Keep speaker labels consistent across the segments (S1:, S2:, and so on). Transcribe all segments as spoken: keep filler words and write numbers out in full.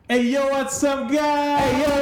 S1: Hey yo, what's up guys?
S2: Hey yo.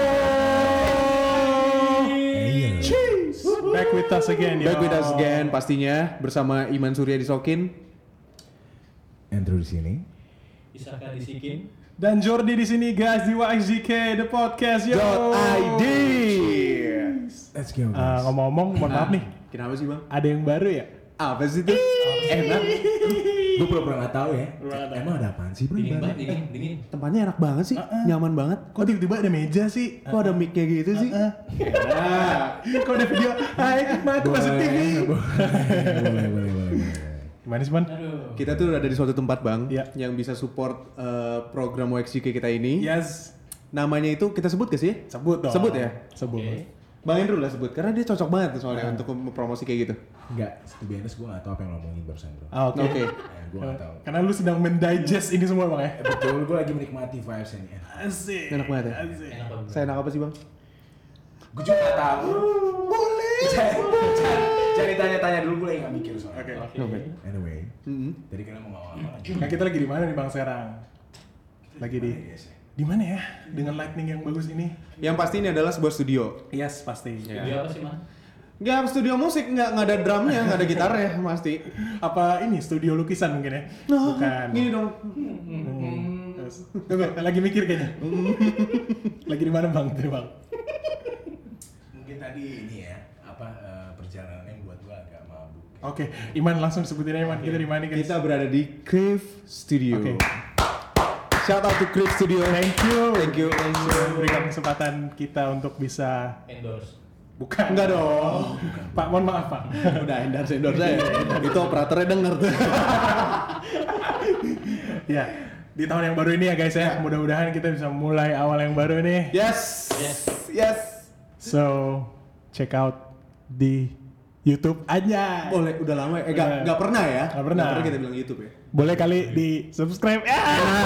S1: Hey yo. Cheese. Back with us again, yo.
S2: Back with us again pastinya bersama Iman Surya Disokin,
S3: Andrew di sini,
S4: Isaka disikin,
S1: dan Jordi di sini guys di W X Z K The Podcast yo.
S2: .id.
S3: let's go guys.
S1: Uh, ngomong-ngomong, mohon maaf nih,
S2: Kenapa sih bang?
S1: ada yang baru ya?
S2: Apa sih itu? Enak.
S3: Gue pura-pura nggak tahu ya.
S1: Pura-pura nggak tahu.
S3: Emang ada apaan sih bro?
S4: dingin
S3: Baru?
S4: banget, dingin, dingin.
S2: Tempatnya enak banget sih, nyaman banget.
S1: Kok tiba-tiba ada meja sih?
S2: Kok ada mic-nya gitu sih?
S1: Nah,
S2: Enak.
S1: kok ada video? Hai, mati masuk T V.
S3: boleh, boleh, boleh, boleh.
S1: Gimana sih, Man?
S4: Aduh.
S2: Kita tuh ada di suatu tempat bang,
S1: Iya.
S2: yang bisa support uh, program W X Z K kita ini.
S1: Yes.
S2: Namanya itu kita sebut gak sih?
S1: Sebut dong.
S2: Sebut ya?
S1: Sebut.
S4: Oke.
S2: Bang Andrew lah sebut, karena dia cocok banget tuh soalnya untuk promosi kayak gitu.
S3: Enggak, to be honest gue nggak tahu apa yang ngomongin barusan bro.
S1: Ah, Oke.
S2: Oke.
S3: Ya, gue nggak tahu.
S1: Karena lu sedang mendigest ini semua bang ya?
S3: Eh, betul, gue lagi menikmati vibes ini.
S1: Asik.
S2: Enak banget ya?
S1: Asik.
S4: Enak banget.
S2: Saya enak apa sih bang?
S3: Gue juga nggak tahu. Boleh. Jangan ditanya-tanya dulu, gue lagi nggak mikir soalnya.
S1: Oke.
S4: Oke.
S2: Oke.
S3: Anyway,
S2: Mm-hmm.
S3: tadi kalian mau ngomong apa lagi?
S1: Nah kita lagi di mana nih bang sekarang? Lagi di
S3: Yes, ya.
S1: di mana ya? Dengan lightning yang bagus ini?
S2: Yang pasti ini adalah sebuah studio.
S1: Yes pasti.
S4: Video apa sih, Man?
S2: Nggak studio musik, nggak nggak ada drumnya, nggak ada gitarnya pasti.
S1: Apa ini studio lukisan mungkin ya? Bukan.
S2: Gini dong.
S1: Hmm. Terus, tunggu, lagi mikir kayaknya. Lagi di mana bang? Tuh bang.
S3: Mungkin tadi ini ya, apa eh, perjalanan yang buat gue agak mabuk.
S1: Oke, Iman langsung sebutin aja Iman. Kita di mana guys?
S2: Kita berada di Crave Studio.
S1: Oke.
S2: Shout out to Crave Studio.
S1: Thank you.
S2: Thank you. Thank you.
S1: Sudah memberikan kesempatan kita untuk bisa
S4: Endorse.
S1: bukan.
S2: Enggak dong.
S1: Pak, mohon maaf Pak.
S2: Udah endorse endorse saya. Itu operatornya denger tuh.
S1: Ya, di tahun yang baru ini ya guys ya. Mudah-mudahan kita bisa mulai awal yang baru nih.
S2: Yes.
S4: Yes.
S2: Yes.
S1: So, check out di YouTube aja.
S2: Boleh, udah lama ya? Eh, nggak,
S1: Udah.
S2: nggak pernah ya?
S1: Nggak pernah.
S2: Nggak pernah kita bilang YouTube ya?
S1: Boleh kali di subscribe ya.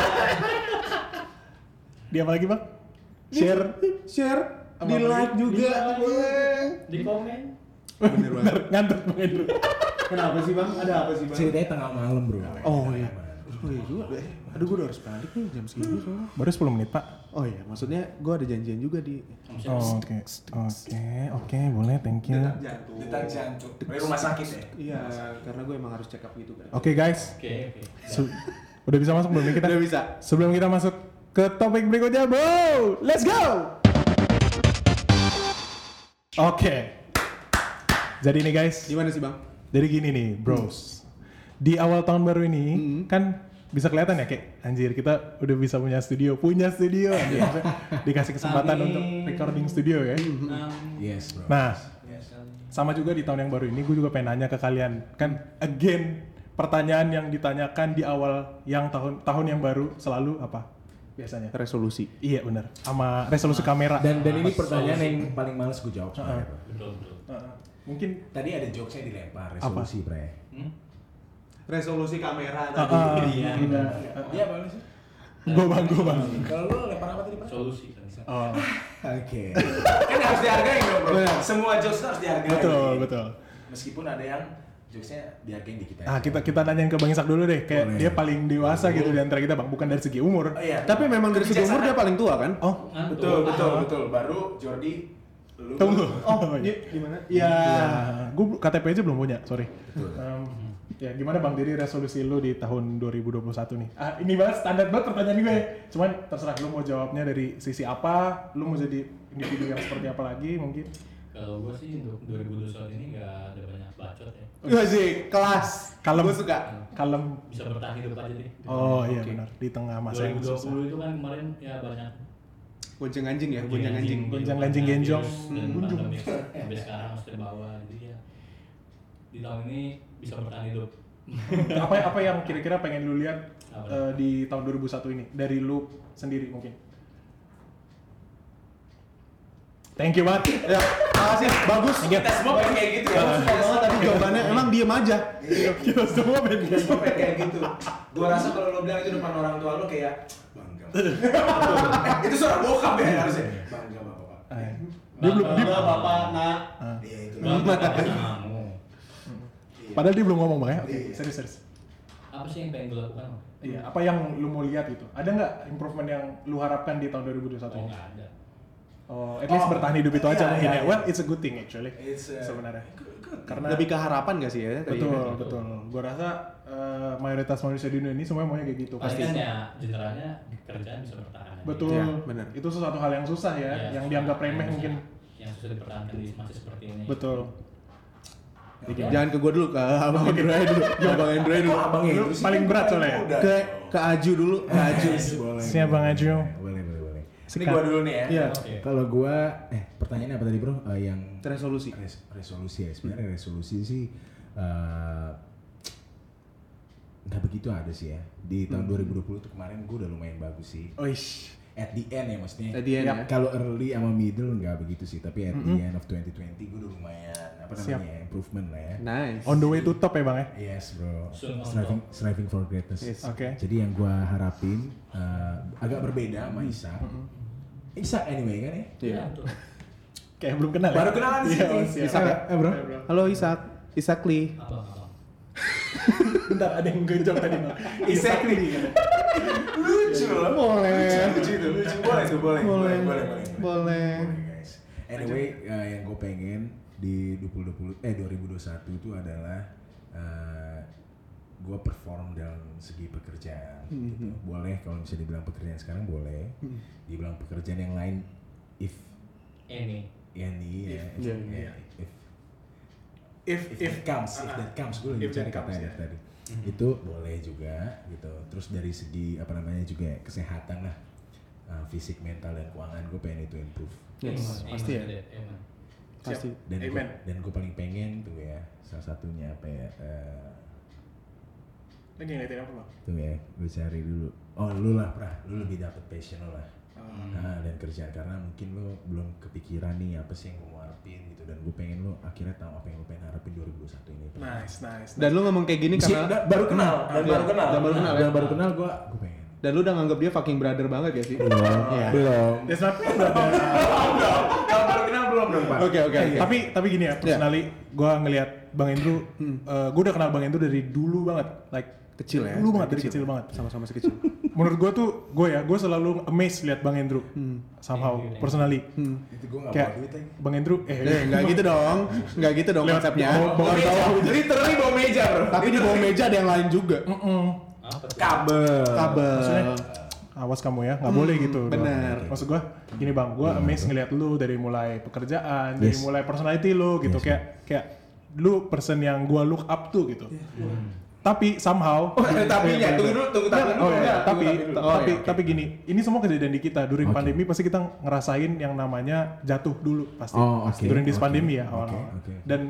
S1: Di apa lagi bang? Share.
S2: Share, di
S1: Apa
S2: like
S1: lagi?
S2: juga. Boleh.
S4: Di komen.
S2: Bener banget.
S1: Ngantuk bang Andrew.
S2: Kenapa sih bang? Ada apa sih bang?
S3: Ceritanya tengah malam bro.
S2: Oh iya. Oh iya juga deh. Aduh gue udah harus balik nih jam segini soalnya.
S1: Baru sepuluh menit pak.
S2: Oh iya, maksudnya gue ada janjian juga di
S1: Oh, Oke, oke, oke, boleh, thank you.
S2: jantung.
S3: Detak jantung. Dari rumah sakit ya.
S2: Iya, karena gue emang harus check up gitu kan.
S1: Oke guys,
S4: Oke, oke.
S1: Se- udah bisa masuk belum nih kita?
S2: Udah bisa.
S1: Sebelum kita masuk ke topik berikutnya, bro, let's go. Oke. Jadi nih guys,
S2: Gimana sih bang?
S1: jadi gini nih, bros. Di awal tahun baru ini
S2: Hmm.
S1: kan bisa kelihatan ya kayak anjir kita udah bisa punya studio, punya studio. Anjir, maksudnya dikasih kesempatan
S4: Amin.
S1: untuk recording studio ya.
S4: Enam.
S3: Yes bro.
S1: Nah,
S3: Yes.
S1: sama juga di tahun yang baru ini gue juga pengen nanya ke kalian. Kan again pertanyaan yang ditanyakan di awal yang tahun tahun yang baru selalu apa? Biasanya.
S2: Resolusi.
S1: Iya benar. Sama resolusi kamera.
S3: Dan dan ini pertanyaan yang paling males gue jawab soalnya. bro.
S4: Betul, betul.
S1: Uh, mungkin
S3: Tadi ada jokesnya dilempar resolusi bre.
S4: Hmm?
S2: Resolusi kamera
S1: uh, uh,
S4: Iya.
S3: Iya boleh sih.
S1: gue bang, gue bang.
S3: Kalau lu lempar apa tadi bro?
S4: Solusi kan.
S1: Oh,
S3: Oke. Kan harus dihargai dong bro.
S2: Benar.
S3: Semua jokes harus dihargai.
S1: betul betul.
S3: Meskipun ada yang jokesnya dihargain di kita.
S1: Ah kita kita nanyain ke Bang Isak dulu deh. Kayak
S3: Boleh.
S1: dia paling dewasa gitu di antara kita bang. Bukan dari segi umur.
S3: Oh iya.
S2: Tapi memang dari segi umur dia paling tua kan?
S1: Oh,
S4: Ngantuk.
S3: betul betul betul. Baru Jordi lu.
S1: tunggu.
S2: Oh,
S1: iya.
S2: di- gimana?
S1: Ya, gue K T P aja belum punya, sorry.
S3: Betul.
S1: Em, ya gimana bang, jadi resolusi lu di tahun dua ribu dua puluh satu nih? Ah, ini banget standar banget pertanyaan gue. Cuman terserah lu mau jawabnya dari sisi apa, lu mau jadi individu yang seperti apa lagi mungkin?
S4: Kalau gue sih untuk dua ribu dua puluh satu ini nggak ada banyak bacot ya.
S2: Iya sih, kelas.
S1: Kalem.
S2: Gue suka.
S1: Kalem.
S4: Bisa bertahan hidup aja deh.
S1: Oh iya
S2: Oke.
S1: benar, di tengah masa
S4: dua
S1: yang
S4: ribu dua
S1: susah.
S4: puluh itu kan kemarin ya banyak
S2: Gonceng anjing ya, gonceng anjing.
S1: Goncang
S4: banyak
S1: anjing genjong.
S4: virus dan
S1: Hmm.
S4: pandemi sampai sekarang masih terbawa. Jadi ya di tahun ini bisa bertahan hidup.
S1: apa apa yang kira-kira pengen lu lihat
S4: Apa?
S1: eh, di tahun dua ribu satu ini dari lu sendiri mungkin? Thank you banget.
S2: Ya, makasih. Bagus.
S3: Kita semua pengen kayak gitu ya.
S2: Bagus banget tadi jawabannya. Emang diem aja.
S1: Kita semua pengen
S3: Kita semua pengen kayak gitu. Gua rasa kalau lo bilang itu depan orang tua lo kayak bangga. Itu suara bokap ya harusnya. Bangga bapak.
S1: Eh, Dia belum dia,
S2: Bangga, bapak, nak.
S1: Ah.
S3: Iya itu.
S4: Bangga sama kamu.
S1: Padahal dia belum ngomong bang ya. Oke,
S3: Iya.
S1: serius serius.
S4: Apa apa sih yang pengen gue lakukan?
S1: Iya, apa yang lu mau lihat gitu? Ada nggak improvement yang lu harapkan di tahun dua ribu dua puluh satu
S4: Oh
S1: ini?
S4: nggak ada.
S1: Oh, at least
S3: Oh,
S1: bertahan hidup itu aja
S3: iya,
S1: mungkin
S3: iya,
S1: ya.
S3: iya.
S1: Well, it's a good thing actually.
S3: It's, uh,
S1: sebenarnya.
S2: Karena lebih ke harapan gak sih ya?
S1: Betul,
S2: Iya.
S1: betul. Gua rasa eh, mayoritas manusia di dunia ini semua maunya kayak gitu.
S4: Pasti
S1: Pasti.
S4: kan ya generalnya kerjaan bisa bertahan. aja.
S1: Betul.
S2: Iya, benar.
S1: Itu sesuatu hal yang susah ya,
S4: Iya,
S1: yang
S4: susah.
S1: dianggap remeh
S4: Yang
S1: mungkin.
S4: susah- Yang susah dipertahankan di masih seperti ini.
S1: Betul.
S2: Jangan ke gue dulu, ke Abang Andrew aja dulu. Ke Abang Andrew aja dulu.
S3: Abang
S1: Lu paling berat soalnya ya?
S2: Ke ke Aju dulu. Ke Aju.
S3: Boleh.
S1: Siap, Bang Aju.
S3: Boleh, boleh, boleh. Ini
S1: Sikat.
S3: gua dulu nih ya.
S1: Iya.
S4: Oke.
S3: Kalau gua eh pertanyaannya apa tadi, Bro? Eh, yang
S2: Resolusi.
S3: res- resolusi ya. Sebenarnya resolusi sih eh, nggak begitu ada sih ya. Di tahun dua ribu dua puluh tuh kemarin gua udah lumayan bagus sih.
S1: Oish.
S3: At the end ya maksudnya.
S2: At the end
S3: Ya,
S2: ya.
S3: Kalau early sama middle nggak begitu sih, tapi at the end of twenty twenty gue udah lumayan apa
S1: Siap.
S3: namanya improvement lah ya.
S2: Nice.
S1: On the way to top ya, Bang ya?
S3: Yes bro,
S4: Soon on
S3: striving, striving for greatness.
S2: Yes.
S1: Oke.
S3: Jadi yang gua harapin eh, agak berbeda sama Isa. Isa anyway kan ya?
S2: Iya.
S4: Iya, betul.
S1: Kayak belum kenal ya?
S3: Baru kenalan di
S1: Iya,
S3: sini.
S1: oh, siap.
S2: Isak ya?
S3: Eh bro.
S1: Iya, bro.
S2: Halo Isak. Isak Lee.
S4: Abang, abang.
S1: Bentar, ada yang gejok tadi, Bang.
S3: Exactly. Lucu loh.
S2: Boleh.
S3: Lucu itu, lucu. Boleh tuh, boleh.
S2: Boleh.
S3: Boleh, boleh.
S2: Boleh.
S3: guys. Anyway, eh, yang gue pengen di dua ribu dua puluh eh dua ribu dua puluh satu itu adalah eh, gue perform dalam segi pekerjaan. Gitu. Boleh kalau bisa dibilang pekerjaan sekarang boleh. Dibilang pekerjaan yang lain if
S4: Ini.
S3: any ya.
S2: If, iya,
S3: if,
S2: iya.
S3: if
S1: If,
S3: if that comes, if that comes, gue lagi
S1: If that
S3: cari
S1: comes,
S3: katanya
S1: ya.
S3: tadi. Itu boleh juga gitu. Terus dari segi apa namanya juga kesehatan lah, uh, fisik, mental dan keuangan gue pengen itu improve.
S2: Yes,
S4: Aman,
S2: pasti ya.
S4: aman, Dad, aman.
S2: Pasti.
S3: Dan gue
S1: Amen.
S3: dan gue paling pengen tuh ya salah satunya apa ya? Uh,
S1: Lagi ngeliatin apa, Bang?
S3: tuh ya, gue cari dulu. Oh lu lah, Prah, lu lebih dapet passion lo lah. Nah, dan kerjaan karena mungkin lo belum kepikiran nih apa sih yang lo mau harapin gitu, dan gue pengen lo akhirnya tahu apa yang lo pengen harapin dua ribu dua puluh satu ini.
S1: Nice, nice.
S2: Dan lu ngomong kayak gini
S3: Si-
S2: karena
S3: da- baru kenal, dan
S2: Iya.
S3: baru kenal,
S2: Dan baru kenal, ya?
S3: dan baru kenal gue, gue pengen.
S2: dan lu udah nganggap dia fucking brother banget ya sih?
S3: Belum,
S2: Iya.
S3: belum.
S1: That's not
S3: Kalau baru kenal belum dong Pak.
S2: Oke, oke, oke.
S1: Tapi tapi gini ya, personally gue ngelihat Bang Andrew, gue udah kenal Bang Andrew dari dulu banget, like
S2: Kecil ya?
S1: dulu banget, dari kecil banget.
S2: Sama-sama masih kecil.
S1: Menurut gue tuh, gue ya, gue selalu amazed lihat Bang Andrew, somehow, personally.
S3: Itu gue gak
S1: Kayak
S3: bawa duit lagi.
S1: Bang Andrew, eh,
S2: Eh, nggak gitu dong. Nggak gitu dong konsepnya.
S3: Bawa meja, literally bawa meja bro.
S2: Tapi di bawah meja ada yang lain juga.
S4: Apa tuh?
S3: Kabel.
S2: Kabel.
S1: Maksudnya, awas kamu ya, nggak boleh gitu. dong.
S2: benar.
S1: Maksud gue, gini Bang, gue amazed ngeliat lu dari mulai pekerjaan, dari
S3: Yes.
S1: mulai personality lu gitu,
S3: Yes,
S1: kayak kayak lu person yang gue look up to gitu. Tapi somehow,
S3: Oh, ada tapinya. Tunggu dulu, tunggu tapi dulu.
S1: Oh iya,
S3: Tunggu
S1: tapi
S3: tapi dulu.
S1: ta-
S2: Oh,
S1: tapi
S2: iya, oke.
S1: tapi gini, ini semua kejadian di kita. During
S3: Oke.
S1: pandemi pasti kita ngerasain yang namanya jatuh dulu pasti.
S3: Oh, oke,
S1: During this
S3: oke,
S1: pandemi ya
S3: oke,
S1: awal-awal.
S3: oke.
S1: Dan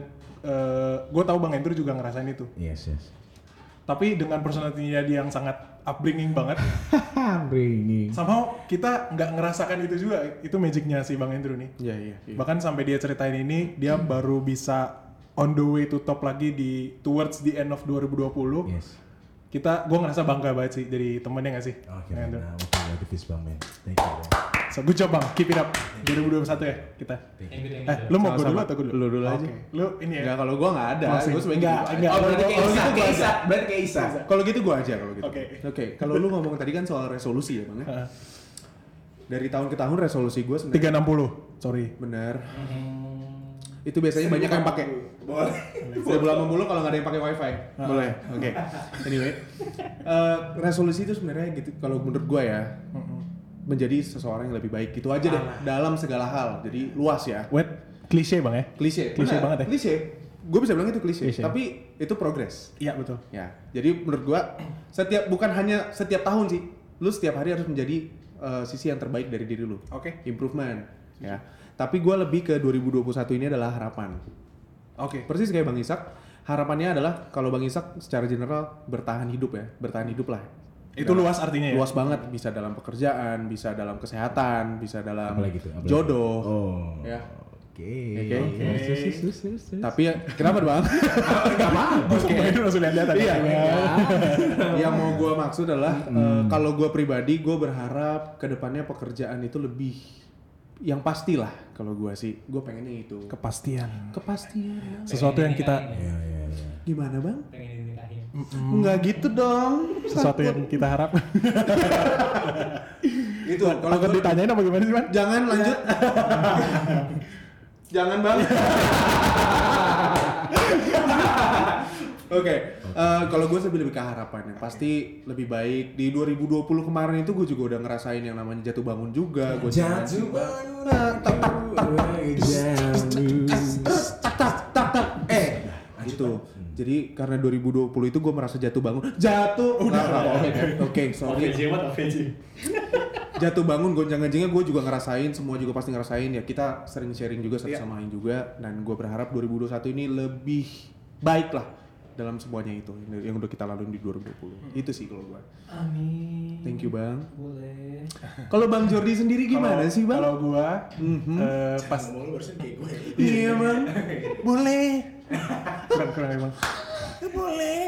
S1: gue tahu Bang Andrew juga ngerasain itu.
S3: Yes, yes.
S1: Tapi dengan personality-nya dia yang sangat upbringing banget,
S3: Bringing.
S1: somehow kita nggak ngerasakan itu juga. Itu magicnya si Bang Andrew nih.
S2: Iya, iya. iya.
S1: Bahkan sampai dia ceritain ini, dia baru bisa on the way to top lagi di towards the end of dua ribu dua puluh.
S3: Yes.
S1: Kita, gue ngerasa bangga banget sih jadi temennya nggak sih?
S3: Oke,
S1: Bang Andrew.
S3: nah, oke, lagi fist bang man. Thank you. Bang.
S1: So, good job Bang, keep it up. dua ribu dua puluh satu ya kita.
S3: Thank
S4: Thank
S3: you.
S4: you, thank
S1: Eh,
S4: you.
S1: lu mau gue
S2: Sama-sama.
S1: dulu atau gue dulu?
S2: Lu dulu aja.
S1: Oke. Lu ini ya.
S2: Enggak, kalau gua nggak ada.
S1: Closing.
S2: Gua sebenarnya
S1: Enggak,
S2: gitu
S1: enggak.
S2: aja.
S3: Oh, berarti kayak
S1: Oh,
S3: Isa,
S1: gitu
S3: kayak
S1: gua
S3: Isa.
S1: aja.
S3: Berarti kayak Isa.
S2: Kalau gitu gua aja kalau gitu.
S1: Oke.
S2: Oke, kalau lu ngomong tadi kan soal resolusi ya, Bang ya.
S1: Heeh.
S2: Dari tahun ke tahun resolusi gua sebenarnya
S1: tiga enam puluh, sorry.
S2: bener.
S4: Hmm,
S2: Itu biasanya banyak yang pakai.
S3: Boleh.
S2: seribu delapan puluh kalau nggak ada yang pakai wifi. Boleh. Oke. Anyway, eh, resolusi itu sebenarnya gitu kalau menurut gua ya menjadi seseorang yang lebih baik gitu aja deh dalam segala hal. Jadi luas ya.
S1: Wait, klise Bang ya?
S2: Klise.
S1: Klise
S2: Benar,
S1: banget ya?
S2: Klise. Gue bisa bilang itu klise,
S1: Klise.
S2: tapi itu progres.
S1: Iya betul.
S2: Ya. Jadi menurut gua setiap bukan hanya setiap tahun sih. Lu setiap hari harus menjadi eh, sisi yang terbaik dari diri lu.
S1: Oke.
S2: Improvement. Ya. Tapi gua lebih ke dua ribu dua puluh satu ini adalah harapan.
S1: Oke.
S2: Persis kayak Bang Isak, harapannya adalah kalau Bang Isak secara general bertahan hidup ya, bertahan hidup lah.
S1: Itu luas artinya ya?
S2: Luas banget, bisa dalam pekerjaan, bisa dalam kesehatan, bisa dalam
S3: Apalagi tuh? Apalagi?
S2: jodoh.
S3: Oh.
S2: Ya.
S3: Oke.
S2: Oke.
S3: Oke.
S2: Tapi ya, kenapa Bang?
S3: Enggak apa-apa.
S1: Oke. Itu langsung lihat-lihat.
S2: Iya.
S1: ya.
S2: Yang mau gue maksud adalah eh, kalau gue pribadi, gue berharap kedepannya pekerjaan itu lebih yang pasti lah. Kalau gue sih, gue pengennya itu
S1: Kepastian.
S2: kepastian.
S1: Sesuatu yang kita
S3: Iya, iya, iya.
S2: Gimana Bang?
S4: pengen dinikahin.
S2: Enggak gitu dong.
S1: Sesuatu yang kita harap.
S2: Itu
S1: Kalau
S2: gua-
S1: ditanyain apa gimana sih, Man?
S2: Jangan lanjut. Jangan bang. Oke, eh, kalau gue sih lebih ke harapannya. Pasti lebih baik. Di dua ribu dua puluh kemarin itu gue juga udah ngerasain yang namanya jatuh bangun juga. Gue
S3: Jatuh bangun aku
S2: tak tak tak tak. Eh, gitu. Jadi karena dua ribu dua puluh itu gue merasa jatuh bangun. Jatuh. Udah. Oke, oke, sorry.
S4: O V J what O V J.
S2: Jatuh bangun gonjang-ganjingnya gue juga ngerasain, semua juga pasti ngerasain ya. Kita sering sharing juga satu
S1: Iya.
S2: sama lain juga, dan gue berharap dua ribu dua puluh satu ini lebih baik lah dalam semuanya itu yang udah kita lalui di dua ribu dua puluh. Itu sih kalau gue.
S4: Amin.
S2: Thank you bang.
S4: Boleh.
S2: Kalau bang Jordi sendiri gimana
S1: Kalau-
S2: sih bang?
S1: Kalau gua
S2: Mhm.
S1: eh, pas
S3: ngomong lu barusan kayak gue.
S2: Iya bang. Boleh.
S1: kurang kurang emang.
S2: Boleh.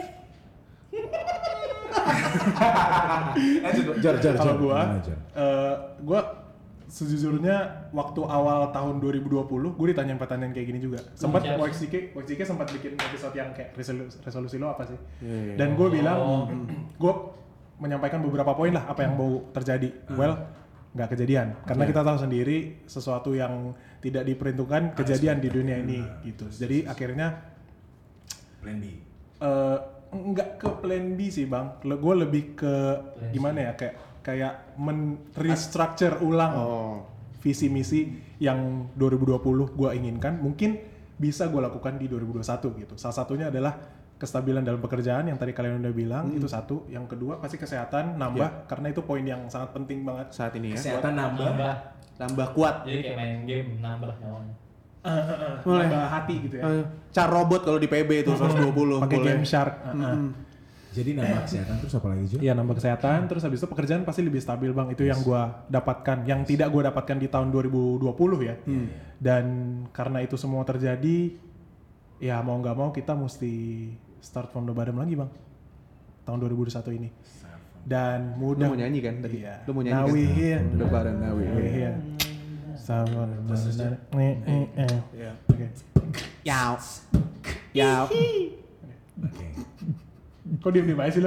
S3: Jar, jar,
S1: Kalau
S3: jar.
S1: gua,
S3: Gimana, Jar?
S1: eh, gua sejujurnya waktu awal tahun dua ribu dua puluh gue ditanyain pertanyaan kayak gini juga. Sempat
S4: Siap.
S1: W X C K, W X C K sempat bikin episode yang kayak resolusi, resolusi lo apa sih?
S2: Iya, iya.
S1: Dan gue bilang,
S4: Oh.
S1: gue menyampaikan beberapa poin lah apa yang mau terjadi. Well, nggak kejadian karena
S2: Iya.
S1: kita tahu sendiri sesuatu yang tidak diperuntukkan kejadian di dunia ini gitu. Jadi akhirnya
S3: Plan B.
S1: eh nggak ke plan B sih bang, gue lebih ke
S4: Plan C.
S1: gimana ya kayak kayak men restructure ulang
S2: Oh.
S1: visi misi yang dua ribu dua puluh gue inginkan mungkin bisa gue lakukan di dua ribu dua puluh satu gitu. Salah satunya adalah kestabilan dalam pekerjaan yang tadi kalian udah bilang itu satu. Yang kedua pasti kesehatan nambah karena itu poin yang sangat penting banget.
S2: Saat ini ya.
S3: Kesehatan nambah.
S4: Nambah.
S2: Tambah kuat.
S4: Jadi kayak main game nambah nyawanya.
S2: Boleh.
S1: Nambah hati gitu ya.
S2: Eh, Car robot kalau di P B itu seratus dua puluh.
S1: Pakai
S2: boleh.
S1: game shark. Uh, uh.
S2: Mm-mm.
S3: Jadi nambah kesehatan terus apa lagi, Jo?
S1: Iya nambah kesehatan, terus habis itu pekerjaan pasti lebih stabil bang. Itu yang gua dapatkan, yang tidak gua dapatkan di tahun dua ribu dua puluh ya. Dan karena itu semua terjadi, ya mau nggak mau kita mesti start from the bottom lagi bang. Tahun dua ribu dua puluh satu ini. Dan
S2: Lu
S1: mudah.
S2: mau nyanyi kan tadi?
S1: Iya.
S2: Lu mau nyanyi
S1: Now
S2: kan?
S1: we here.
S2: Udah bareng now we
S1: Now we
S2: here.
S1: here. Sama. Eh, eh, eh.
S2: Iya.
S1: Oke.
S2: Yau. Yau.
S3: Oke.
S1: Kok diem diem aja sih lo?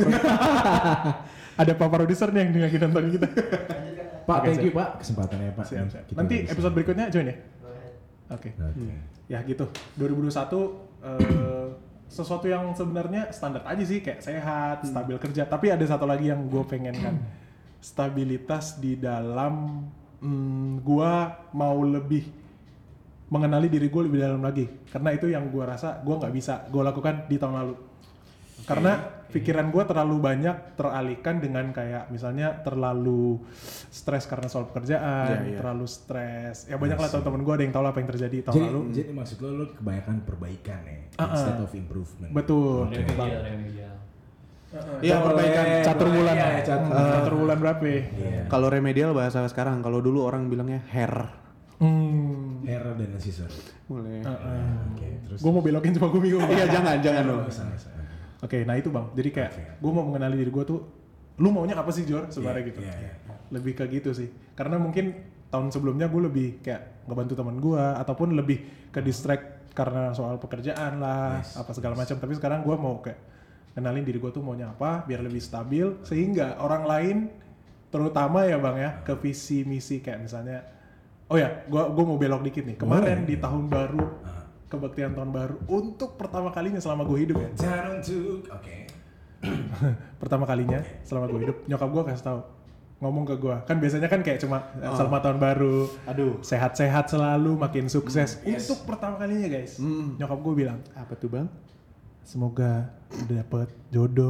S1: Ada pak produser nih yang lagi nonton kita.
S3: Pak,
S1: Oke,
S3: thank
S1: siap.
S3: you, Pak. Kesempatannya, Pak.
S1: Siap, siap.
S3: Kita
S1: Nanti
S3: bisa-
S1: episode berikutnya join ya. Oke.
S3: Oke.
S1: Ya gitu. dua ribu dua puluh satu eh, sesuatu yang sebenarnya standar aja sih kayak sehat, stabil kerja. Tapi ada satu lagi yang gue pengen kan, stabilitas di dalam hmm, gue mau lebih mengenali diri gue lebih dalam lagi. Karena itu yang gue rasa gue nggak bisa gue lakukan di tahun lalu. Karena pikiran gue terlalu banyak teralihkan dengan kayak misalnya terlalu stres karena soal pekerjaan,
S2: Iya, iya.
S1: terlalu stres. Ya banyak lah teman-teman gue ada yang tahu lah apa yang terjadi tahun
S3: Jadi,
S1: lalu.
S3: jadi maksud lo, lo kebanyakan perbaikan ya,
S1: Ah,
S3: instead
S1: ah.
S3: of improvement.
S1: Betul.
S3: Oke.
S4: Remedial, remedial.
S2: Iya, perbaikan.
S1: Catur bulan.
S3: Iya, catur.
S1: Eh, catur bulan berapa ya?
S3: Iya.
S2: Kalau remedial bahasa sekarang, kalau dulu orang bilangnya hair.
S1: Hmm.
S3: Hair dan scissor.
S2: Boleh.
S3: Oke, terus.
S1: Gue mau belokin cuma gue bingung.
S2: Iya, jangan, jangan dong.
S3: Nggak usah, nggak usah.
S1: Oke, nah itu bang. Jadi kayak
S3: Oke.
S1: gue mau mengenali diri gue tuh, lu maunya apa sih Jor sebenarnya
S3: Iya,
S1: gitu.
S3: iya, iya.
S1: Lebih ke gitu sih. Karena mungkin tahun sebelumnya gue lebih kayak ngebantu teman gue ataupun lebih ke distract karena soal pekerjaan lah,
S3: Yes,
S1: apa segala macam. Tapi sekarang gue mau kayak kenalin diri gue tuh maunya apa, biar lebih stabil sehingga orang lain, terutama ya bang ya, ke visi misi kayak misalnya, oh ya, gue gue mau belok dikit nih. Kemarin
S3: Boleh.
S1: di tahun baru,
S3: Ah.
S1: kebaktian tahun baru untuk pertama kalinya selama gue hidup ya.
S3: Dan untuk, oke.
S1: Pertama kalinya selama gue hidup, nyokap gue kasih tahu, ngomong ke gue, kan biasanya kan kayak cuma selamat tahun baru,
S2: Aduh.
S1: sehat-sehat selalu, makin sukses.
S3: yes.
S1: Untuk pertama kalinya guys,
S2: Hmm.
S1: nyokap gue bilang,
S2: Apa tuh bang?
S1: semoga udah dapet jodoh.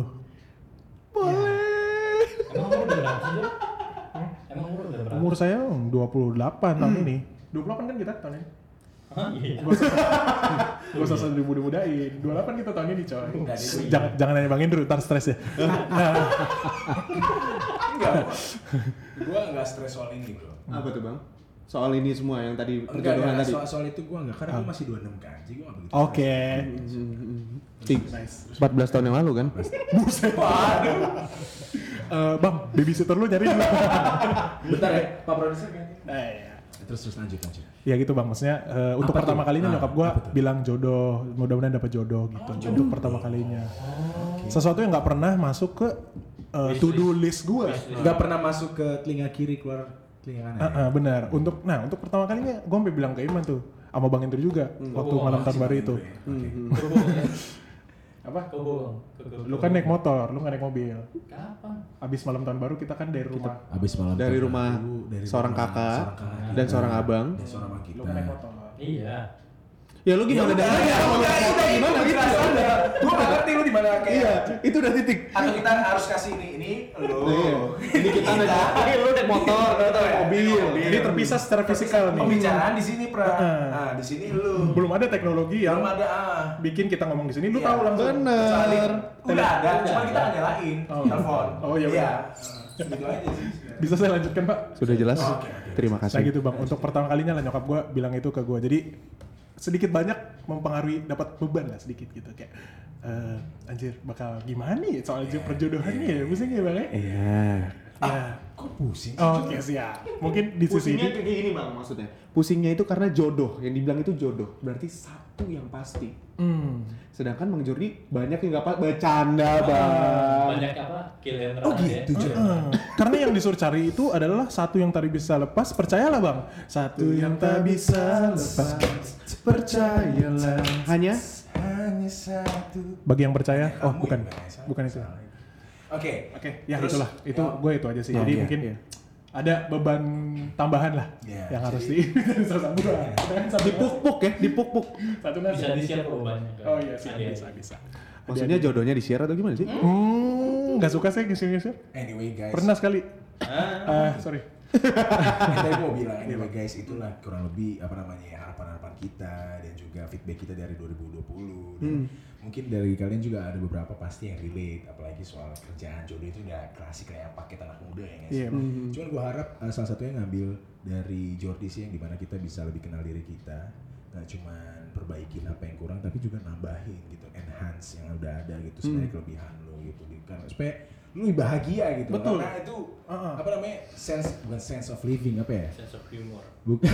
S1: Boleh.
S4: Emang umur udah berapa sih, Jo? Emang umur udah berapa?
S1: Umur saya dua puluh delapan tahun ini. dua puluh delapan kan kita tahun ini.
S4: Hah? Iya.
S1: Gue usah dimuda-mudain. dua puluh delapan kita tahun ini coy.
S3: Enggak, dia-
S1: Jangan jangan nanya Bang Indro, ntar stres ya.
S3: Enggak. Gua enggak stres soal ini, bro.
S2: Apa tuh bang? Soal ini semua yang tadi
S3: Enggak,
S2: perjodohan
S3: enggak,
S2: tadi.
S3: soal, soal itu gua enggak, karena gua masih dua puluh enam kan, jadi gua enggak begitu.
S1: Oke.
S2: Nice. empat belas tahun yang lalu kan?
S1: Buset. Eh, bang, babysitter lu nyari dulu.
S3: Bentar ya, Pak Produser kan?
S1: Eh, ya.
S3: Terus terus lanjut lanjut.
S1: Ya gitu bang, maksudnya uh, untuk
S3: Apa
S1: pertama
S3: tuh?
S1: kalinya
S3: Ah,
S1: nyokap gue
S3: apa tuh?
S1: bilang jodoh, mudah-mudahan dapat jodoh gitu.
S4: Oh,
S1: untuk pertama kalinya.
S3: Okay.
S1: Sesuatu yang nggak pernah masuk ke uh,
S4: Wish
S1: to do list gue.
S4: Wish list.
S3: Nggak pernah masuk ke telinga kiri keluar telinga kanan.
S1: Uh, uh, benar. Untuk, nah untuk pertama kalinya gue sampai bilang ke Iman tuh, sama Bang Indri juga waktu
S4: Oh,
S1: malam tahun
S3: Masih
S1: baru
S3: main
S1: itu.
S3: dulu ya? Oke.
S4: Kebo ya.
S1: Apa?
S4: Kebo. Ke- ke-
S1: Lu kan naik motor, lu nggak naik mobil.
S4: Kapan?
S1: Abis malam tahun baru kita kan dari rumah.
S3: Abis malam
S2: Dari
S3: tahun
S2: rumah
S3: baru, dari
S2: seorang
S3: rumah
S2: kakak
S3: seorang kakak
S2: dan
S3: kita,
S2: seorang abang.
S3: dan seorang abang kita.
S1: Lu kan naik motor.
S4: Iya.
S2: Ya lu gimana dari
S3: Gimana gitu? Gue nggak ngerti lu di mana kayak.
S2: Iya, itu udah titik.
S3: Atau kita harus kasih ini ini lu.
S2: Iya. Ini kita naik
S3: lu naik
S2: motor, lu naik mobil.
S1: Jadi terpisah secara fisikal nih.
S3: Pembicaraan di sini pra.
S1: Heeh.
S3: Nah di sini lu.
S1: Belum ada teknologi yang
S3: Belum ada ah.
S1: bikin kita ngomong di sini, lu
S3: Iya.
S1: tahu langsung.
S3: Kecuali
S2: Bener.
S3: udah ada,
S4: Udah
S3: cuma
S4: ada.
S3: kita nggak nyalain
S1: Oh.
S3: telepon.
S1: Oh, iya,
S3: Iya.
S1: benar.
S3: Gitu aja sih.
S1: Bisa saya lanjutkan Pak?
S2: Sudah jelas.
S3: Oke, oke.
S2: Terima
S1: Nah
S2: kasih.
S1: gitu bang, untuk pertama kalinya lah nyokap gue bilang itu ke gue. Jadi sedikit banyak mempengaruhi, dapat beban lah sedikit gitu. Kayak, eh anjir bakal gimana ya soal perjodohan nih ya, pusing ya bang ya?
S2: Iya.
S1: Ya.
S3: Kok pusing?
S1: Oke siap. Mungkin di sisi
S2: Pusingnya
S1: ini,
S2: kayak gini bang maksudnya. Pusingnya itu karena jodoh, yang dibilang itu jodoh. Berarti satu yang pasti.
S1: hmm,
S2: Sedangkan Bang Jordi banyak yang nggak pas. Bercanda bang.
S4: Banyak apa? Kill and
S3: Oh
S4: run
S3: gitu
S4: aja.
S3: Jon.
S1: eh, karena yang disuruh cari itu adalah satu yang tadi bisa lepas, percayalah bang. Satu yang tak bisa lepas, percayalah.
S2: Hanya
S3: Hanya satu.
S1: Bagi yang percaya, oh
S3: Kamu
S1: bukan,
S3: yang salah.
S1: bukan itu.
S3: Salah. Oke.
S1: Oke, ya
S3: Terus,
S1: itulah. Itu
S3: ya.
S1: gue itu aja sih.
S2: Ya,
S1: Jadi
S2: iya,
S1: mungkin
S2: iya.
S1: ada beban tambahan lah
S3: Ya,
S1: yang
S3: jadi-
S1: harus di satu dua. Satu
S2: dipuk-puk ya, dipuk-puk.
S1: Satu nasi.
S4: Bisa di-share kok bebannya. kan?
S1: Oh iya sih,
S4: Ada-
S1: bisa bisa.
S2: Maksudnya jodohnya di-share atau gimana sih?
S1: Hmm, nggak suka saya ngisi-ngisi.
S3: Anyway guys.
S1: Pernah sekali.
S4: Ah,
S1: Ah, sorry.
S3: Yang tadi mau bilang anyway guys, itulah kurang lebih apa namanya ya, harapan-harapan kita dan juga feedback kita dari dua ribu dua puluh. Dan mungkin dari kalian juga ada beberapa pasti yang relate, apalagi soal kerjaan jodoh itu udah klasik kayak paket anak muda ya guys.
S1: Iya, Bang.
S3: Cuman gue harap uh, salah satunya ngambil dari Jordi sih yang dimana kita bisa lebih kenal diri kita, nggak cuman perbaikin apa yang kurang tapi juga nambahin gitu, enhance yang udah ada gitu sebenarnya kelebihan lo gitu, karena supaya lu lebih bahagia gitu.
S1: Betul.
S3: Karena itu
S1: Uh-uh.
S3: apa namanya sense bukan sense of living apa ya?
S4: sense of humor.
S3: Bukan.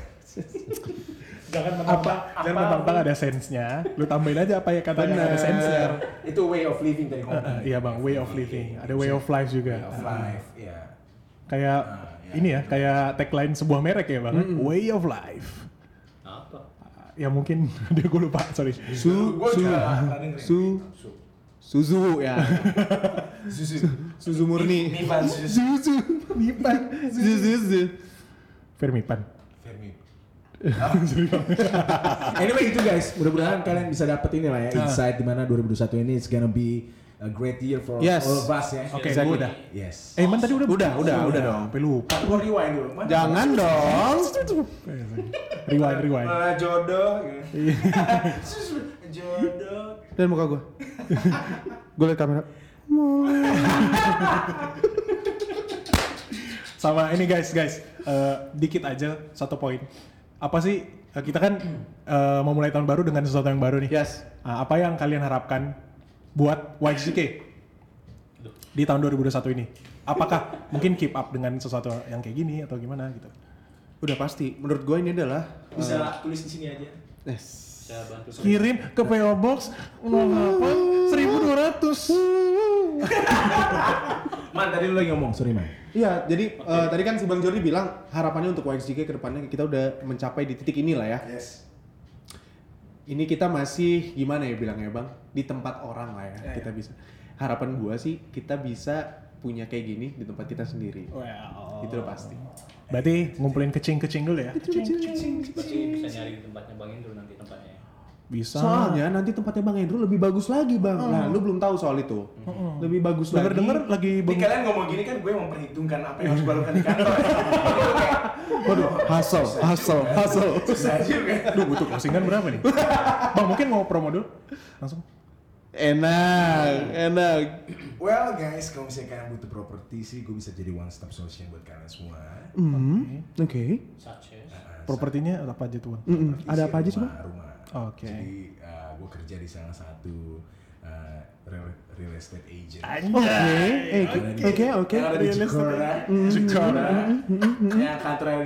S1: Jangan mentang-mentang, jangan mentang-mentang ada sense-nya. Lu tambahin aja apa ya kata yang ada sense-nya.
S3: Itu way of living dari
S1: Uh,
S3: ngomong.
S1: uh, iya bang, way of living. Ada way of life juga.
S3: Way of life, ya.
S1: Kayak
S3: Ah, iya.
S1: ini ya, kayak tagline sebuah merek ya bang. Way of life.
S4: Apa?
S1: Ya mungkin dia gue lupa, sorry.
S2: Su,
S3: Gua
S2: su,
S3: juga tadi ngeri.
S2: su, Suzu ya.
S3: Susu.
S2: Suzu murni.
S3: Nivan Susu.
S1: Suzu, Mipan,
S2: Suzu.
S1: Fermipan.
S3: Fermi. Anyway itu guys, mudah-mudahan kalian bisa dapet ini lah ya insight di mana dua ribu dua puluh satu ini is gonna be a great year for
S2: Yes.
S3: all of us ya.
S1: Oke,
S4: Exactly.
S1: gue udah.
S3: Yes.
S1: Eh, Man tadi udah.
S2: Udah, udah, udah dong.
S1: Sampai lupa.
S3: Gua rewind dulu. Mana?
S2: Jangan dong.
S1: Rewind, rewind.
S3: Malah jodoh.
S1: Iya.
S3: Jodoh.
S2: Dan muka gue. Gue liat kamera.
S1: Sama ini guys, guys. Eh, dikit aja satu poin. Apa sih eh, kita kan eh, memulai tahun baru dengan sesuatu yang baru nih.
S2: Yes.
S1: Ah, apa yang kalian harapkan buat Y X J K di tahun dua ribu dua puluh satu ini? Apakah mungkin keep up dengan sesuatu yang kayak gini atau gimana gitu?
S2: Udah pasti. Menurut gue ini adalah
S3: Bisa tulis di sini aja.
S2: yes.
S4: Bisa bantu.
S1: Kirim ke P O Box nol delapan seribu dua ratus.
S3: Man tadi lu lagi ngomong, sorry man.
S2: Iya, jadi eh, tadi kan si Bang Jordi bilang harapannya untuk Y X J K ke depannya kita udah mencapai di titik inilah ya.
S3: Yes.
S2: Ini kita masih gimana ya bilangnya Bang? Di tempat orang lah ya, kita bisa. Harapan gua sih kita bisa punya kayak gini di tempat kita sendiri.
S1: Well,
S2: Itu udah pasti.
S1: berarti ngumpulin kecing-kecing dulu ya?
S4: Berarti bisa nyari tempatnya Bang Indro nanti tempatnya.
S1: Bisa.
S2: Soalnya nanti tempatnya Bang Hendro lebih bagus lagi Bang. Nah, lu belum tahu soal itu. Lebih bagus lagi.
S1: Dengar-dengar lagi
S3: Ini
S1: beng-
S3: kalian ngomong gini kan gue memperhitungkan apa yang harus gue lakukan di kantor. Jadi gue kayak,
S2: Waduh, hustle, hustle, hustle.
S3: susah juga.
S1: Duh, butuh closingan berapa nih? Bang, mungkin mau promo dulu? Langsung.
S2: Enak, enak.
S3: Well guys, kalau misalnya kalian butuh properti sih, gue bisa jadi one stop solution buat kalian semua.
S2: Hmm, oke.
S4: Such as.
S1: Propertinya apa aja tuh, Bang?
S2: Mm-mm. Ada apa aja sih,
S3: Rumah,
S2: Bang?
S3: rumah.
S1: Oke.
S3: Jadi uh, gue kerja di salah satu uh, real, real estate agent.
S2: Oke, eh, oke, oke.
S3: Yang ada di
S1: Real estate
S3: Jakarta.
S1: Jakarta.
S3: Yang kantornya di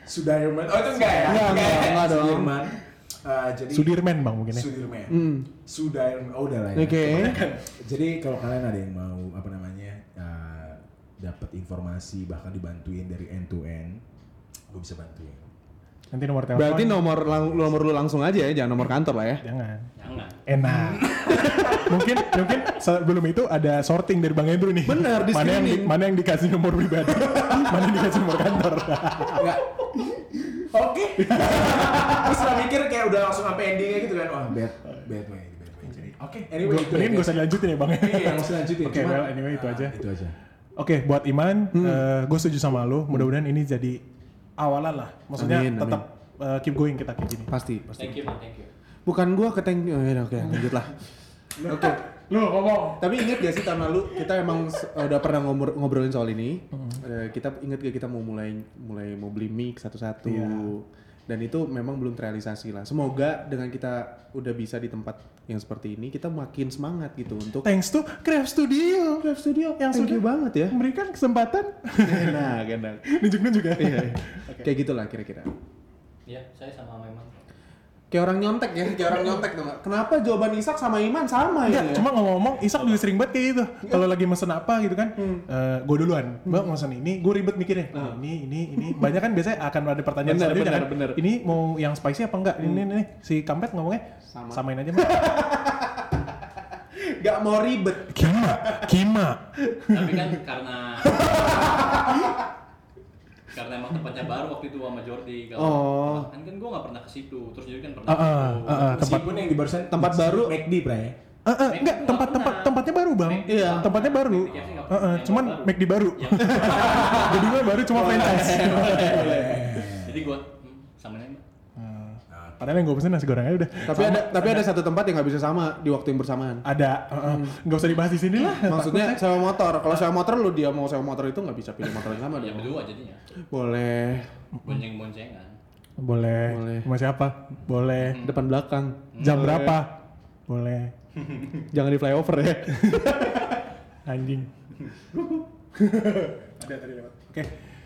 S3: Sudirman. Oh itu enggak ya?
S2: Enggak, enggak, enggak dong.
S3: Sudirman. Uh, jadi
S1: Sudirman bang mungkin ya.
S3: Sudirman.
S2: Hmm.
S3: Sudirman. Oh udah lah ya.
S2: Oke. Okay.
S3: Jadi kalau kalian ada yang mau apa namanya uh, dapat informasi bahkan dibantuin dari end to end, gue bisa bantuin.
S1: Nanti nomor telepon.
S2: Berarti nomor lang- nomor lu langsung aja ya, jangan nomor kantor lah ya.
S1: Jangan.
S4: Jangan.
S1: Enak. mungkin mungkin sebelum itu ada sorting dari Bang Andrew nih.
S2: Benar, di
S1: mana yang di,
S2: screening.
S1: mana yang dikasih nomor pribadi, mana yang dikasih nomor kantor.
S3: Enggak. Oke. Terus lah mikir kayak udah langsung sampai endingnya gitu kan. Wah, bad bad way, bad way. Jadi oke, anyway
S1: Gua-
S3: itu.
S1: Mending
S3: ya,
S1: gak
S3: guys.
S1: usah dilanjutin ya Bang.
S3: Iya, langsung lanjutin.
S1: Oke,
S3: Cuma,
S1: well anyway itu
S3: ah,
S1: aja.
S3: Itu aja.
S1: Oke, buat Iman, gue setuju sama lo. Mudah-mudahan ini jadi awalan lah. Maksudnya
S2: Amin, amin.
S1: tetap uh, keep going kita kayak gini.
S2: Pasti, pasti.
S4: Thank you man, thank you.
S2: Bukan gua ke thank you. Oh, ya, oke, lanjut lah. Oke.
S1: Lu ngomong.
S2: Tapi inget gak sih tahun lalu kita emang s- udah pernah ngomor- ngobrolin soal ini. Eh, kita inget gak kita mau mulai mulai mau beli mic satu-satu.
S1: Iya.
S2: Dan itu memang belum terrealisasi lah. Semoga dengan kita udah bisa di tempat yang seperti ini, kita makin semangat gitu untuk
S1: Thanks to Craft Studio.
S2: Craft Studio yang
S1: Yang
S2: thank you
S1: sudah
S2: banget ya.
S1: memberikan kesempatan.
S2: Enak, enak.
S1: Nunjuk-nunjuk ya.
S2: Iya. Kayak gitulah kira-kira.
S4: Ya, saya sama Iman.
S2: Kayak orang nyontek ya, kayak orang nyontek tuh nggak? Kenapa jawaban Ishak sama Iman sama
S1: Enggak,
S2: ya?
S1: cuma ngomong-ngomong, Isak juga sering banget kayak gitu. Kalau lagi mesen apa gitu kan, gue duluan, Bang mesen ini, gue ribet mikirnya. Ini, ini, ini. Banyak kan biasanya akan ada pertanyaan
S2: Bener,
S1: selanjutnya
S2: bener,
S1: kan.
S2: bener.
S1: Ini mau yang spicy apa enggak? Ini, ini, si Kampet ngomongnya,
S2: Sama.
S1: samain aja Mbak.
S2: Gak mau ribet.
S1: Kima, Kima.
S4: Tapi kan karena karena emang tempatnya baru waktu itu sama Jordi. Kalau
S2: Oh.
S4: kan kan gue nggak pernah ke situ. Terus Jordi kan pernah.
S1: Ah, ah,
S4: ke situ.
S1: ah, ah, tempat
S3: Meskipun yang di barusan
S2: tempat baru.
S3: McD, Bray.
S1: Eh, eh, enggak,
S4: Gua
S1: tempat tempat
S4: pernah.
S1: tempatnya baru bang.
S4: McD
S1: Iya,
S4: sama-
S1: tempatnya baru.
S4: McD K F C nggak
S1: Eh, eh,
S4: pernah.
S1: cuman
S4: Yang
S1: McD baru.
S4: Yang-
S1: Jadinya baru cuma franchise.
S4: Jadi gue hmm, samain aja.
S1: Padahal yang gue pesen nasi gorengnya udah.
S2: Tapi ada tapi ada satu tempat yang nggak bisa sama di waktu yang bersamaan.
S1: Ada, eh, eh, nggak usah dibahas di sini lah.
S2: Maksudnya sewa motor. Kalau sewa motor lu dia mau sewa motor itu nggak bisa pilih motor yang sama
S4: Ya
S2: dong.
S4: berdua jadinya.
S2: Boleh.
S4: Bonceng-boncengan.
S1: Boleh.
S2: Boleh.
S1: Sama siapa? Boleh.
S2: Depan belakang.
S1: Jam
S2: Boleh.
S1: berapa? Boleh.
S2: Jangan di flyover ya.
S1: Anjing. Ada tadi lewat. Oke.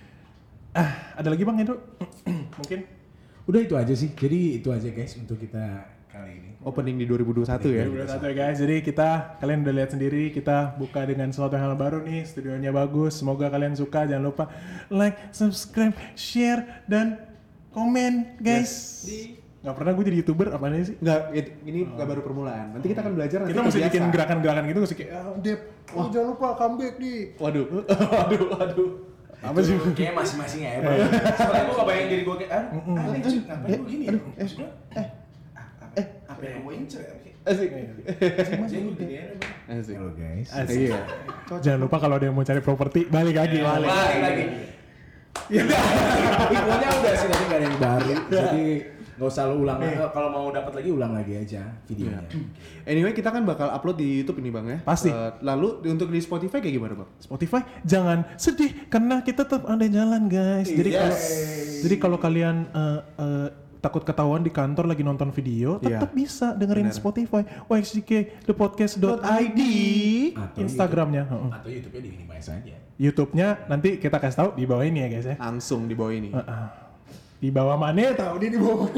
S1: Ah, ada lagi Bang Hendro? Mungkin
S3: Udah itu aja sih. Jadi itu aja guys untuk kita kali ini.
S2: Opening di dua ribu dua puluh satu ya.
S1: dua ribu dua puluh satu ya guys. Jadi kita kalian udah lihat sendiri kita buka dengan sesuatu yang hal baru nih. Studionya bagus. Semoga kalian suka. Jangan lupa like, subscribe, share dan komen guys.
S4: Di
S1: Gak pernah gue jadi YouTuber apaan sih?
S2: Enggak, it- ini nggak baru permulaan. Nanti kita akan belajar nanti
S1: Kita mesti
S2: biasa.
S1: bikin gerakan-gerakan gitu mesti kayak ah, Dep, oh, jangan lupa comeback nih.
S2: Waduh, waduh, waduh.
S1: Apa sih?
S3: Kayaknya masing-masing ya. Soalnya gue kebayang diri gue kayak, ah, ah, lucu, ngapain gue gini? Maksud gue, eh, eh, apa yang gue incer ya?
S2: Asik.
S3: Jadi gue gini aja.
S2: Asik.
S3: Halo guys.
S1: Asik.
S2: Iya.
S1: Jangan lupa kalau ada yang mau cari properti balik lagi.
S3: Balik lagi. Ya udah, infonya udah sih, nanti gak ada yang baru. Jadi nggak usah lu ulang lagi. Kalau mau dapat lagi ulang lagi aja videonya.
S2: Anyway, kita kan bakal upload di YouTube ini Bang ya.
S1: Pasti.
S2: Eh, lalu di- untuk di Spotify kayak gimana Bang?
S1: Spotify jangan sedih karena kita tetap ada jalan guys. Jadi
S3: Yes.
S1: kalau jadi kalau kalian eh, eh, takut ketahuan di kantor lagi nonton video,
S2: Iya.
S1: tetap bisa dengerin
S2: Bener.
S1: Spotify y x c k the podcast dot i d
S3: Atau
S1: Instagramnya. Heeh.
S3: Atau YouTube-nya di minimize aja.
S1: YouTube-nya nanti kita kasih tahu di bawah ini ya guys ya.
S2: Langsung di bawah ini.
S1: Heeh. Di bawah mana tahu dia di bawah.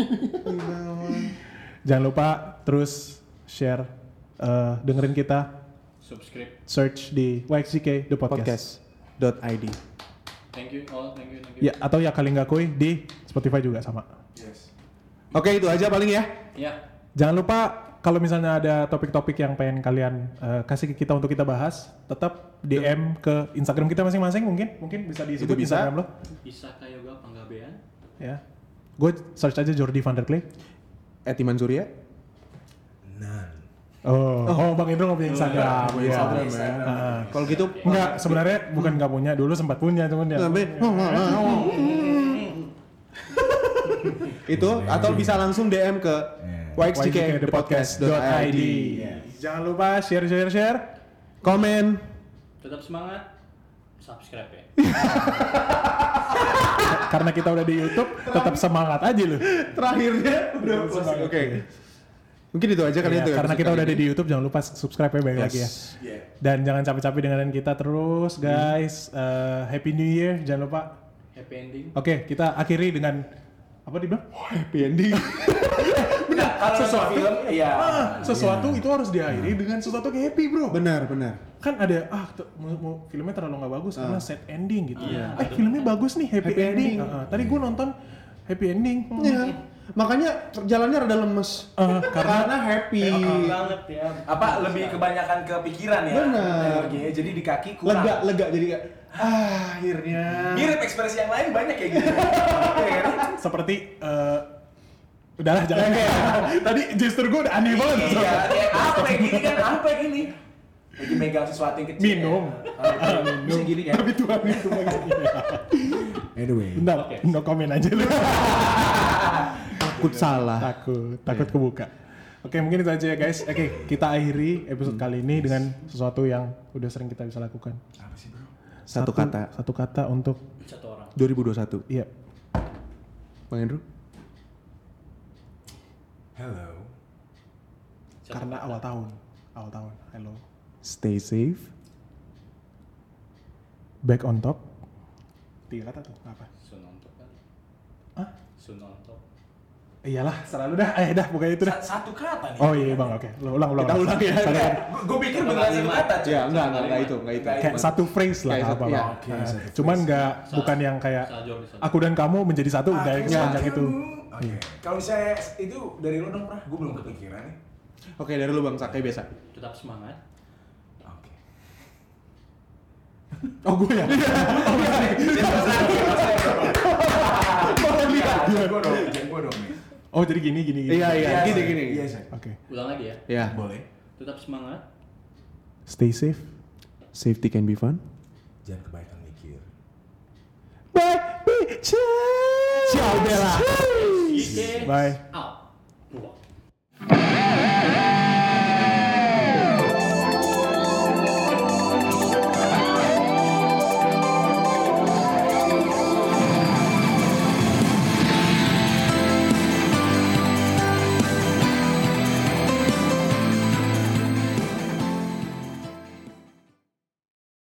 S1: Jangan lupa terus share, eh, dengerin kita,
S4: subscribe.
S1: search di y x c k the podcast.
S2: podcast.id.
S4: Thank you all, thank you, thank you.
S1: Ya atau ya Kalingakui di Spotify juga sama.
S2: Oke, itu aja paling ya.
S4: Ya.
S1: Jangan lupa kalau misalnya ada topik-topik yang pengen kalian eh, kasih ke kita untuk kita bahas, tetap D M ke Instagram kita masing-masing mungkin, mungkin bisa disebut
S2: Itu bisa.
S1: Instagram lo.
S4: Isaka Yoga Panggabean.
S1: Ya. Gue search aja Jordi van der Klee.
S2: Etiman Surya.
S3: Nan.
S1: Oh, oh, Bang Indro nggak punya Instagram.
S2: punya
S1: Iya.
S2: Instagram ya.
S1: Heeh.
S2: Kalau gitu
S1: Enggak, sebenarnya bukan nggak punya, dulu sempat punya cuman ya.
S2: Sampai itu atau bisa langsung D M ke y x c k the podcast dot i d.
S1: Jangan lupa share share share.
S2: Komen.
S4: Tetap semangat. Subscribe ya.
S1: Karena kita udah di YouTube, tetap semangat aja loh.
S2: Terakhirnya udah closing. Oke. Mungkin itu aja kali
S1: Iya,
S2: itu ya.
S1: karena
S2: episode
S1: kita
S2: kali
S1: udah ada
S2: ini.
S1: di YouTube, jangan lupa subscribe ya balik
S2: Yes.
S1: lagi ya. Dan jangan capek-capek dengerin kita terus guys. Eh, Happy New Year, jangan lupa
S4: happy ending.
S1: Oke, kita akhiri dengan apa dibilang?
S2: Happy ending.
S3: Nah, kalau
S1: Sesuatu-
S3: film ya
S1: Ah, sesuatu itu harus diakhiri dengan sesuatu yang happy, bro.
S2: Benar, benar.
S1: Kan ada ah t- mau, mau filmnya terlalu nggak bagus karena
S2: Ah.
S1: sad ending gitu.
S4: Iya,
S1: eh
S4: betul.
S1: filmnya bagus nih happy,
S2: Happy
S1: ending.
S2: ending.
S1: Ah, ah. Tadi gue nonton happy ending. Hmm.
S2: Iya. Makanya jalannya rada lemes.
S1: Ah,
S2: karena,
S1: karena
S2: happy.
S4: Happy banget ya.
S3: apa lebih kebanyakan ke pikiran ya.
S2: Benar.
S3: Oke, jadi di kaki kurang.
S2: Lega, lega jadi kayak ah akhirnya.
S3: Mirip ekspresi yang lain banyak kayak gitu. Iya kan?
S1: seperti eh, udahlah jangan kayak tadi gestur gue udah aneh banget.
S3: Iya, kayak apa kayak gini kan? Apa kayak gini? Lagi megang sesuatu yang kecil.
S1: Minum.
S3: Ah, minum. Bisa gini kan?
S1: Tapi Tuhan itu
S3: Anyway.
S1: bentar,
S4: Oke.
S1: no comment aja lu.
S2: Takut salah.
S1: takut, takut kebuka. Oke, mungkin itu aja ya guys. Oke, kita akhiri episode kali ini dengan sesuatu yang udah sering kita bisa lakukan.
S3: Apa sih, Bro?
S2: Satu kata.
S1: Satu kata untuk
S4: Satu orang.
S2: dua ribu dua puluh satu.
S1: iya.
S2: Bang Andrew.
S3: Hello.
S4: Satu
S1: Karena
S4: kata.
S1: awal tahun. Awal tahun. Hello.
S2: Stay safe.
S1: Back on top. Tiga kata tuh apa?
S4: Sun on top kan.
S1: Hah?
S4: Sun on top.
S1: Iyalah, selalu dah. Eh dah, bukan itu dah.
S3: Sa- Satu kata nih.
S1: Oh iya bang, oke. Lo ulang, ulang.
S2: Kita ulang ya.
S1: Kalian-
S3: Gue pikir beneran satu kata, cuy.
S2: Ya, enggak, enggak, enggak itu, enggak itu.
S1: Kayak satu phrase lah
S2: Kayak
S1: apa
S2: satu-
S1: bang.
S2: iya,
S3: oke,
S1: Nah,
S3: satu
S1: cuman
S3: phrase.
S1: nggak,
S4: Salah.
S1: bukan yang kayak
S4: Salah Jordi, salah.
S1: aku dan kamu menjadi satu, udah
S3: Aku
S1: sepanjang
S3: satu.
S1: itu.
S3: Oke. Kalau misalnya itu dari lo dong, Pra. Gue belum kepikiran nih.
S2: Oke, dari lu Bang Sak, kayak biasa.
S4: Tetap semangat.
S3: Oke.
S1: Oh gue ya?
S3: Jangan gue dong, jangan gue dong.
S1: Oh jadi gini, gini, gini.
S2: Iya, iya, gini,
S3: Say.
S2: gini.
S3: Iya, Say.
S1: Oke.
S4: Ulang lagi ya.
S2: Ya.
S3: Boleh.
S4: Tetap semangat.
S1: Stay safe.
S2: Safety can be fun.
S3: Jangan kebanyakan mikir.
S1: Bye, bitches. Ciao Bella.
S4: Ike
S1: Bye.
S4: out. Wah.